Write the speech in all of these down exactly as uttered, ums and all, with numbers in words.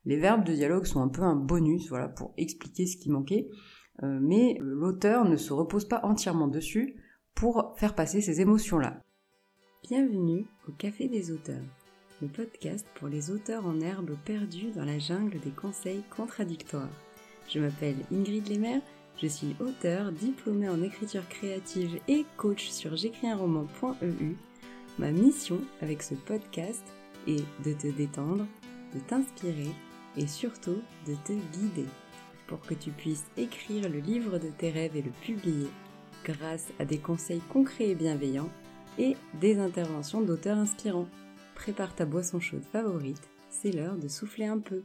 Les verbes de dialogue sont un peu un bonus, voilà, pour expliquer ce qui manquait, euh, mais l'auteur ne se repose pas entièrement dessus pour faire passer ces émotions-là. Bienvenue au Café des auteurs, le podcast pour les auteurs en herbe perdus dans la jungle des conseils contradictoires. Je m'appelle Ingrid Lemaire, je suis auteure, diplômée en écriture créative et coach sur j'écris un roman point e u. Ma mission avec ce podcast est de te détendre, de t'inspirer et surtout de te guider pour que tu puisses écrire le livre de tes rêves et le publier grâce à des conseils concrets et bienveillants et des interventions d'auteurs inspirants. Prépare ta boisson chaude favorite, c'est l'heure de souffler un peu.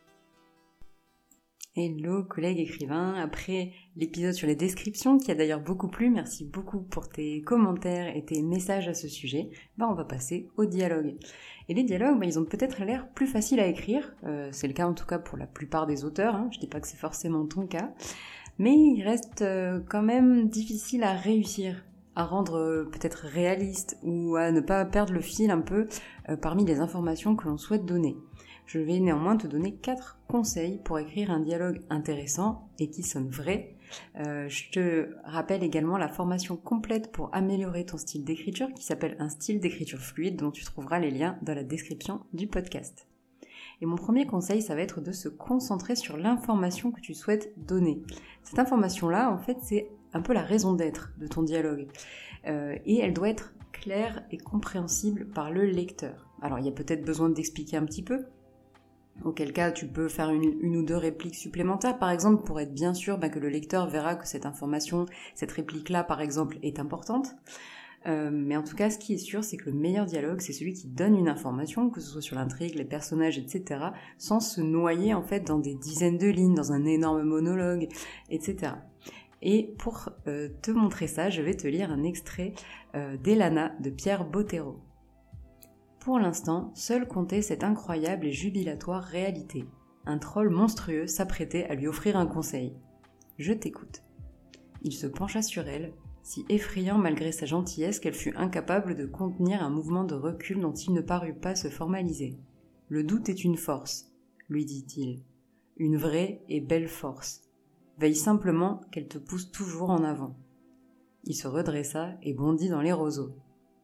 Hello collègues écrivains, après l'épisode sur les descriptions qui a d'ailleurs beaucoup plu, merci beaucoup pour tes commentaires et tes messages à ce sujet, bah on va passer au dialogue. Et les dialogues, bah, ils ont peut-être l'air plus faciles à écrire, euh, c'est le cas en tout cas pour la plupart des auteurs, hein, je dis pas que c'est forcément ton cas, mais il reste euh, quand même difficile à réussir, à rendre euh, peut-être réaliste ou à ne pas perdre le fil un peu euh, parmi les informations que l'on souhaite donner. Je vais néanmoins te donner quatre conseils pour écrire un dialogue intéressant et qui sonne vrai. Euh, je te rappelle également la formation complète pour améliorer ton style d'écriture qui s'appelle un style d'écriture fluide dont tu trouveras les liens dans la description du podcast. Et mon premier conseil, ça va être de se concentrer sur l'information que tu souhaites donner. Cette information-là, en fait, c'est un peu la raison d'être de ton dialogue. Euh, et elle doit être claire et compréhensible par le lecteur. Alors, il y a peut-être besoin d'expliquer un petit peu, auquel cas tu peux faire une, une ou deux répliques supplémentaires, par exemple, pour être bien sûr bah, que le lecteur verra que cette information, cette réplique-là, par exemple, est importante. Euh, mais en tout cas, ce qui est sûr, c'est que le meilleur dialogue, c'est celui qui donne une information, que ce soit sur l'intrigue, les personnages, et cetera, sans se noyer en fait dans des dizaines de lignes, dans un énorme monologue, et cetera. Et pour euh, te montrer ça, je vais te lire un extrait euh, d'Elana de Pierre Bottero. Pour l'instant, seul comptait cette incroyable et jubilatoire réalité. Un troll monstrueux s'apprêtait à lui offrir un conseil. Je t'écoute. Il se pencha sur elle, si effrayant malgré sa gentillesse qu'elle fut incapable de contenir un mouvement de recul dont il ne parut pas se formaliser. Le doute est une force, lui dit-il. Une vraie et belle force. Veille simplement qu'elle te pousse toujours en avant. Il se redressa et bondit dans les roseaux.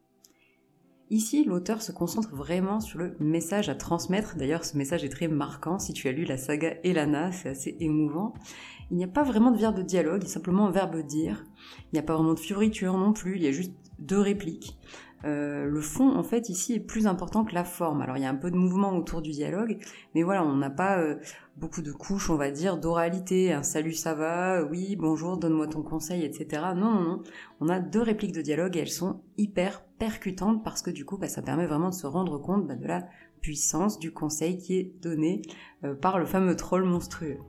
Ici, l'auteur se concentre vraiment sur le message à transmettre. D'ailleurs, ce message est très marquant. Si tu as lu la saga Elana, c'est assez émouvant. Il n'y a pas vraiment de verbe de dialogue, il y a simplement un verbe dire. Il n'y a pas vraiment de fioriture non plus, il y a juste deux répliques. Euh, le fond, en fait, ici est plus important que la forme. Alors, il y a un peu de mouvement autour du dialogue, mais voilà, on n'a pas euh, beaucoup de couches, on va dire, d'oralité. Un salut, ça va, oui, bonjour, donne-moi ton conseil, et cetera. Non, non, non. On a deux répliques de dialogue et elles sont hyper percutantes parce que du coup, bah, ça permet vraiment de se rendre compte bah, de la puissance du conseil qui est donné euh, par le fameux troll monstrueux.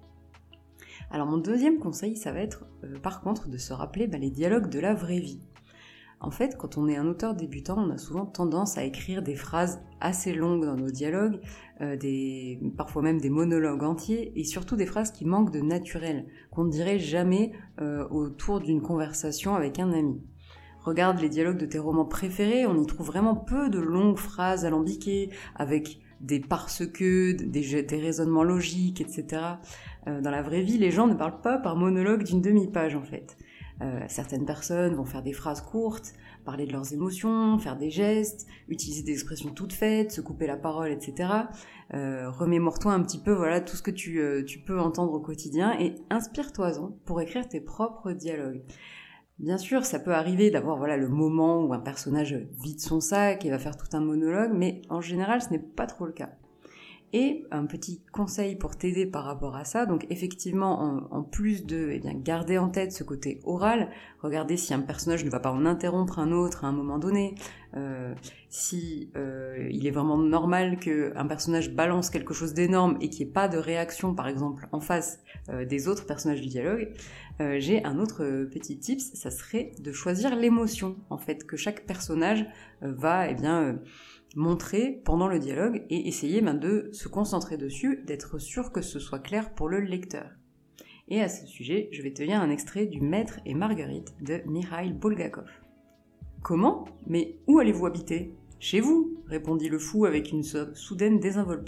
Alors, mon deuxième conseil, ça va être, euh, par contre, de se rappeler bah, les dialogues de la vraie vie. En fait, quand on est un auteur débutant, on a souvent tendance à écrire des phrases assez longues dans nos dialogues, euh, des, parfois même des monologues entiers, et surtout des phrases qui manquent de naturel, qu'on ne dirait jamais euh, autour d'une conversation avec un ami. Regarde les dialogues de tes romans préférés, on y trouve vraiment peu de longues phrases alambiquées, avec des parce-que, des, des raisonnements logiques, et cetera. Euh, dans la vraie vie, les gens ne parlent pas par monologue d'une demi-page en fait. Euh, certaines personnes vont faire des phrases courtes, parler de leurs émotions, faire des gestes, utiliser des expressions toutes faites, se couper la parole, et cetera. Euh, remémore-toi un petit peu voilà, tout ce que tu, euh, tu peux entendre au quotidien et inspire-toi-en pour écrire tes propres dialogues. Bien sûr, ça peut arriver d'avoir voilà, le moment où un personnage vide son sac et va faire tout un monologue, mais en général, ce n'est pas trop le cas. Et un petit conseil pour t'aider par rapport à ça, donc effectivement, en, en plus de eh bien, garder en tête ce côté oral, regardez si un personnage ne va pas en interrompre un autre à un moment donné, euh, si euh, il est vraiment normal qu'un personnage balance quelque chose d'énorme et qu'il n'y ait pas de réaction, par exemple, en face euh, des autres personnages du dialogue, euh, j'ai un autre euh, petit tips, ça serait de choisir l'émotion, en fait, que chaque personnage euh, va, eh bien... Euh, montrer pendant le dialogue et essayer ben, de se concentrer dessus, d'être sûr que ce soit clair pour le lecteur. Et à ce sujet, je vais te lire un extrait du Maître et Marguerite de Mikhaïl Bulgakov. « Comment ? Mais où allez-vous habiter ? Chez vous » répondit le fou avec une soudaine désinvolture,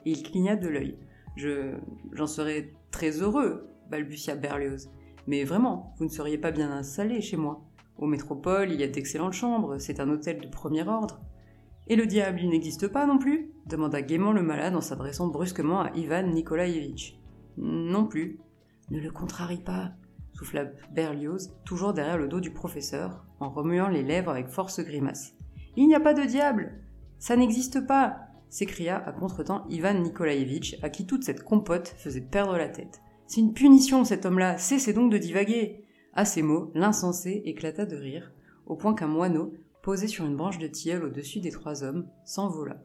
et il cligna de l'œil. Je... J'en serais très heureux, balbutia Berlioz. Mais vraiment, vous ne seriez pas bien installé chez moi. Au Métropole, il y a d'excellentes chambres, c'est un hôtel de premier ordre. Et le diable, il n'existe pas non plus ? Demanda gaiement le malade en s'adressant brusquement à Ivan Nikolaïevitch. Non plus. Ne le contrarie pas, souffla Berlioz, toujours derrière le dos du professeur, en remuant les lèvres avec force grimace. Il n'y a pas de diable ! Ça n'existe pas ! S'écria à contretemps Ivan Nikolaïevitch, à qui toute cette compote faisait perdre la tête. C'est une punition, cet homme-là, cessez donc de divaguer ! À ces mots, l'insensé éclata de rire, au point qu'un moineau, posé sur une branche de tilleul au-dessus des trois hommes, s'envola.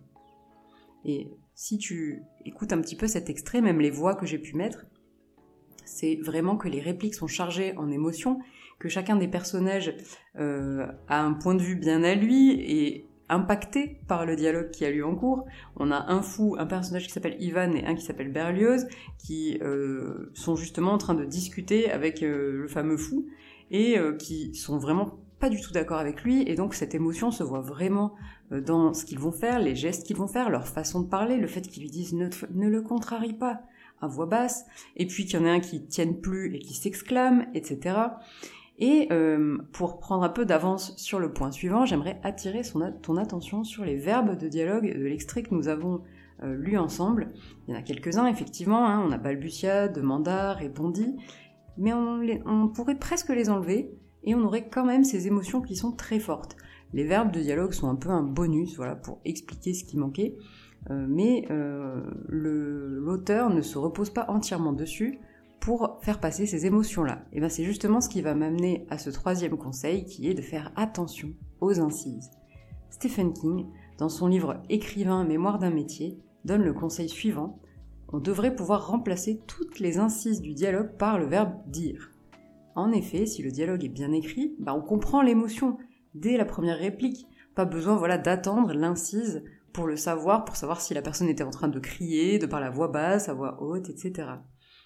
Et si tu écoutes un petit peu cet extrait, même les voix que j'ai pu mettre, c'est vraiment que les répliques sont chargées en émotions, que chacun des personnages euh, a un point de vue bien à lui et impacté par le dialogue qui a lieu en cours. On a un fou, un personnage qui s'appelle Ivan et un qui s'appelle Berlioz, qui euh, sont justement en train de discuter avec euh, le fameux fou et euh, qui sont vraiment pas du tout d'accord avec lui, et donc cette émotion se voit vraiment euh, dans ce qu'ils vont faire, les gestes qu'ils vont faire, leur façon de parler, le fait qu'ils lui disent ne, ne le contrarie pas à voix basse, et puis qu'il y en a un qui tienne plus et qui s'exclame, et cetera. Et euh, pour prendre un peu d'avance sur le point suivant, j'aimerais attirer son a- ton attention sur les verbes de dialogue de l'extrait que nous avons euh, lu ensemble. Il y en a quelques-uns, effectivement, hein, on a balbutia, demanda, répondit, mais on, les, on pourrait presque les enlever, et on aurait quand même ces émotions qui sont très fortes. Les verbes de dialogue sont un peu un bonus, voilà, pour expliquer ce qui manquait, euh, mais euh, le, l'auteur ne se repose pas entièrement dessus pour faire passer ces émotions-là. Et bien c'est justement ce qui va m'amener à ce troisième conseil, qui est de faire attention aux incises. Stephen King, dans son livre « Écrivain, mémoire d'un métier », donne le conseil suivant: on devrait pouvoir remplacer toutes les incises du dialogue par le verbe « dire ». En effet, si le dialogue est bien écrit, bah on comprend l'émotion dès la première réplique. Pas besoin voilà, d'attendre l'incise pour le savoir, pour savoir si la personne était en train de crier, de parler à voix basse, à voix haute, et cetera.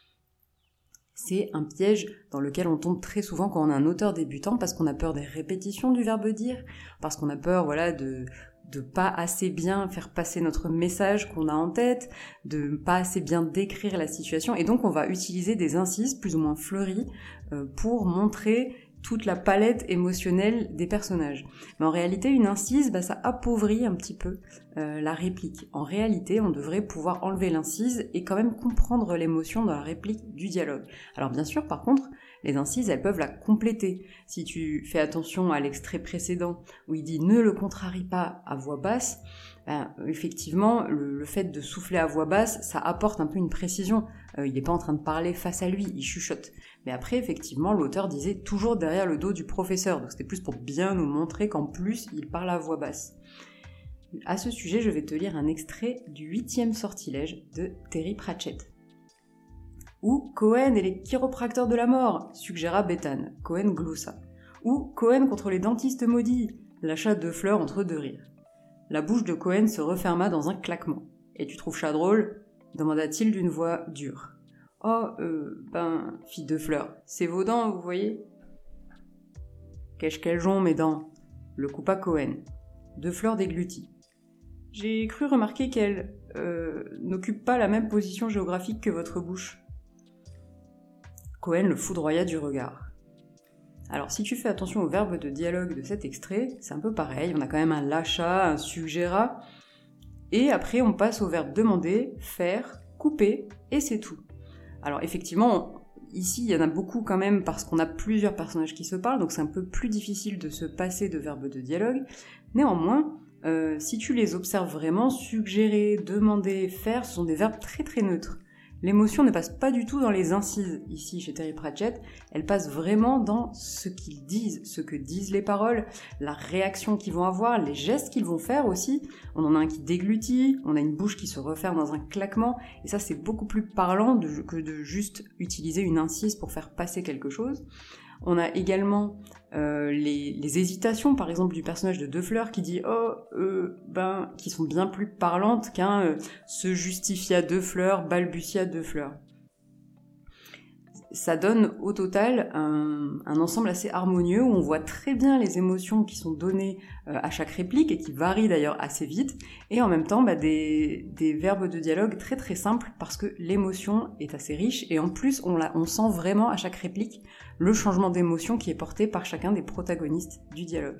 C'est un piège dans lequel on tombe très souvent quand on est un auteur débutant, parce qu'on a peur des répétitions du verbe dire, parce qu'on a peur voilà, de de pas assez bien faire passer notre message qu'on a en tête, de pas assez bien décrire la situation, et donc on va utiliser des incises plus ou moins fleuries euh, pour montrer toute la palette émotionnelle des personnages. Mais en réalité, une incise, bah, ça appauvrit un petit peu euh, la réplique. En réalité, on devrait pouvoir enlever l'incise et quand même comprendre l'émotion dans la réplique du dialogue. Alors bien sûr, par contre, les incises, elles peuvent la compléter. Si tu fais attention à l'extrait précédent où il dit « ne le contrarie pas à voix basse », ben, effectivement, le, le fait de souffler à voix basse, ça apporte un peu une précision. Euh, il n'est pas en train de parler face à lui, il chuchote. Mais après, effectivement, l'auteur disait toujours derrière le dos du professeur, donc c'était plus pour bien nous montrer qu'en plus, il parle à voix basse. À ce sujet, je vais te lire un extrait du huitième sortilège de Terry Pratchett. Ou Cohen et les chiropracteurs de la mort, suggéra Bethan. Cohen gloussa. Ou Cohen contre les dentistes maudits, lâcha deux fleurs entre deux rires. La bouche de Cohen se referma dans un claquement. Et tu trouves ça drôle ? Demanda-t-il d'une voix dure. Oh, euh, ben, fit deux fleurs. C'est vos dents, vous voyez ? Qu'est-ce qu'elles ont, mes dents ? Le coupa Cohen. Deux fleurs déglutit. J'ai cru remarquer qu'elles euh, n'occupent pas la même position géographique que votre bouche. Cohen le foudroya du regard. Alors, si tu fais attention au verbe de dialogue de cet extrait, c'est un peu pareil. On a quand même un lâcha, un suggéra, et après on passe au verbe demander, faire, couper, et c'est tout. Alors effectivement, ici il y en a beaucoup quand même parce qu'on a plusieurs personnages qui se parlent, donc c'est un peu plus difficile de se passer de verbes de dialogue. Néanmoins, euh, si tu les observes vraiment, suggérer, demander, faire, ce sont des verbes très très neutres. L'émotion ne passe pas du tout dans les incises, ici chez Terry Pratchett, elle passe vraiment dans ce qu'ils disent, ce que disent les paroles, la réaction qu'ils vont avoir, les gestes qu'ils vont faire aussi. On en a un qui déglutit, on a une bouche qui se referme dans un claquement, et ça c'est beaucoup plus parlant de, que de juste utiliser une incise pour faire passer quelque chose. On a également euh, les, les hésitations, par exemple, du personnage de Defleur qui dit « Oh, euh, ben », qui sont bien plus parlantes qu'un euh, « se justifia Defleur, balbutia Defleur ». ça donne au total un, un ensemble assez harmonieux où on voit très bien les émotions qui sont données euh, à chaque réplique et qui varient d'ailleurs assez vite, et en même temps bah, des, des verbes de dialogue très très simples parce que l'émotion est assez riche et en plus on, la, on sent vraiment à chaque réplique le changement d'émotion qui est porté par chacun des protagonistes du dialogue.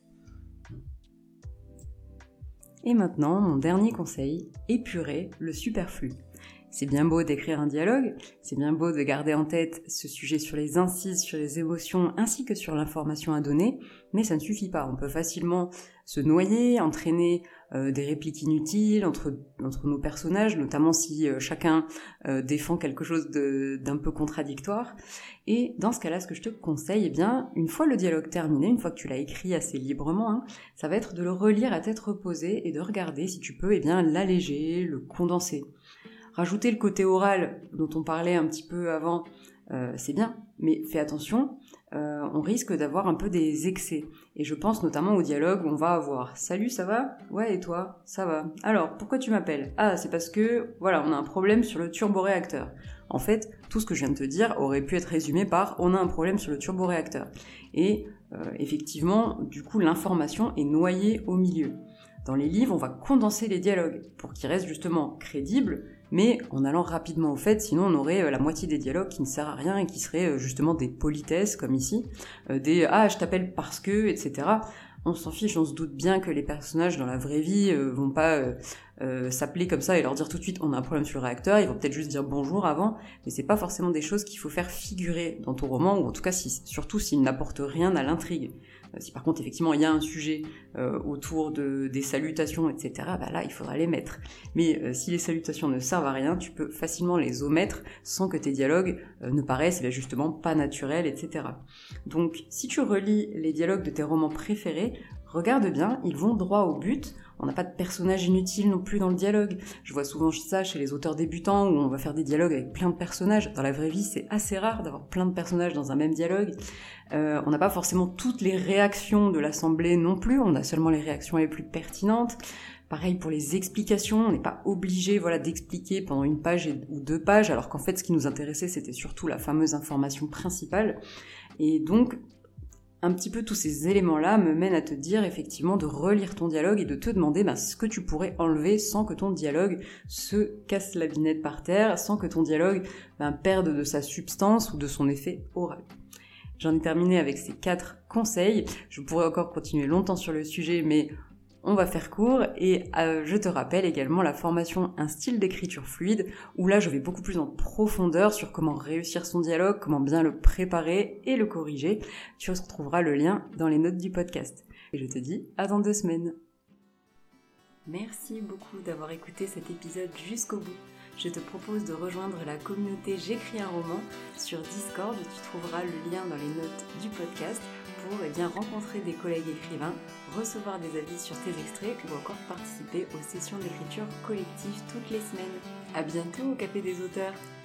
Et maintenant, mon dernier conseil, épurer le superflu. C'est bien beau d'écrire un dialogue, c'est bien beau de garder en tête ce sujet sur les incises, sur les émotions, ainsi que sur l'information à donner, mais ça ne suffit pas. On peut facilement se noyer, entraîner euh, des répliques inutiles entre, entre nos personnages, notamment si euh, chacun euh, défend quelque chose de, d'un peu contradictoire. Et dans ce cas-là, ce que je te conseille, eh bien, une fois le dialogue terminé, une fois que tu l'as écrit assez librement, hein, ça va être de le relire à tête reposée et de regarder si tu peux eh bien, l'alléger, le condenser. Rajouter le côté oral dont on parlait un petit peu avant, euh, c'est bien, mais fais attention, euh, on risque d'avoir un peu des excès. Et je pense notamment au dialogue où on va avoir « Salut, ça va ? Ouais, et toi ? Ça va. Alors, pourquoi tu m'appelles ? Ah, c'est parce que, voilà, on a un problème sur le turboréacteur. » En fait, tout ce que je viens de te dire aurait pu être résumé par « On a un problème sur le turboréacteur. » Et euh, effectivement, du coup, l'information est noyée au milieu. Dans les livres, on va condenser les dialogues pour qu'ils restent justement crédibles, mais en allant rapidement au fait, sinon on aurait la moitié des dialogues qui ne servent à rien et qui seraient justement des politesses, comme ici, des « ah, je t'appelle parce que », et cetera. On s'en fiche, on se doute bien que les personnages dans la vraie vie euh, vont pas euh, euh, s'appeler comme ça et leur dire tout de suite « on a un problème sur le réacteur », ils vont peut-être juste dire « bonjour » avant, mais c'est pas forcément des choses qu'il faut faire figurer dans ton roman, ou en tout cas, si, surtout s'ils n'apportent rien à l'intrigue. Si par contre, effectivement, il y a un sujet euh, autour de, des salutations, et cetera, bah là, il faudra les mettre. Mais euh, si les salutations ne servent à rien, tu peux facilement les omettre sans que tes dialogues euh, ne paraissent eh bien, justement pas naturels, et cetera. Donc, si tu relis les dialogues de tes romans préférés, regarde bien, ils vont droit au but. On n'a pas de personnages inutiles non plus dans le dialogue. Je vois souvent ça chez les auteurs débutants où on va faire des dialogues avec plein de personnages. Dans la vraie vie, c'est assez rare d'avoir plein de personnages dans un même dialogue. Euh, on n'a pas forcément toutes les réactions de l'assemblée non plus. On a seulement les réactions les plus pertinentes. Pareil pour les explications, on n'est pas obligé voilà, d'expliquer pendant une page ou deux pages, alors qu'en fait, ce qui nous intéressait, c'était surtout la fameuse information principale. Et donc, un petit peu tous ces éléments-là me mènent à te dire effectivement de relire ton dialogue et de te demander bah, ce que tu pourrais enlever sans que ton dialogue se casse la binette par terre, sans que ton dialogue bah, perde de sa substance ou de son effet oral. J'en ai terminé avec ces quatre conseils. Je pourrais encore continuer longtemps sur le sujet, mais on va faire court et euh, je te rappelle également la formation Un style d'écriture fluide où là je vais beaucoup plus en profondeur sur comment réussir son dialogue, comment bien le préparer et le corriger. Tu retrouveras le lien dans les notes du podcast. Et je te dis à dans deux semaines. Merci beaucoup d'avoir écouté cet épisode jusqu'au bout. Je te propose de rejoindre la communauté J'écris un roman sur Discord. Tu trouveras le lien dans les notes du podcast pour eh bien, rencontrer des collègues écrivains, recevoir des avis sur tes extraits ou encore participer aux sessions d'écriture collective toutes les semaines. À bientôt au Café des auteurs.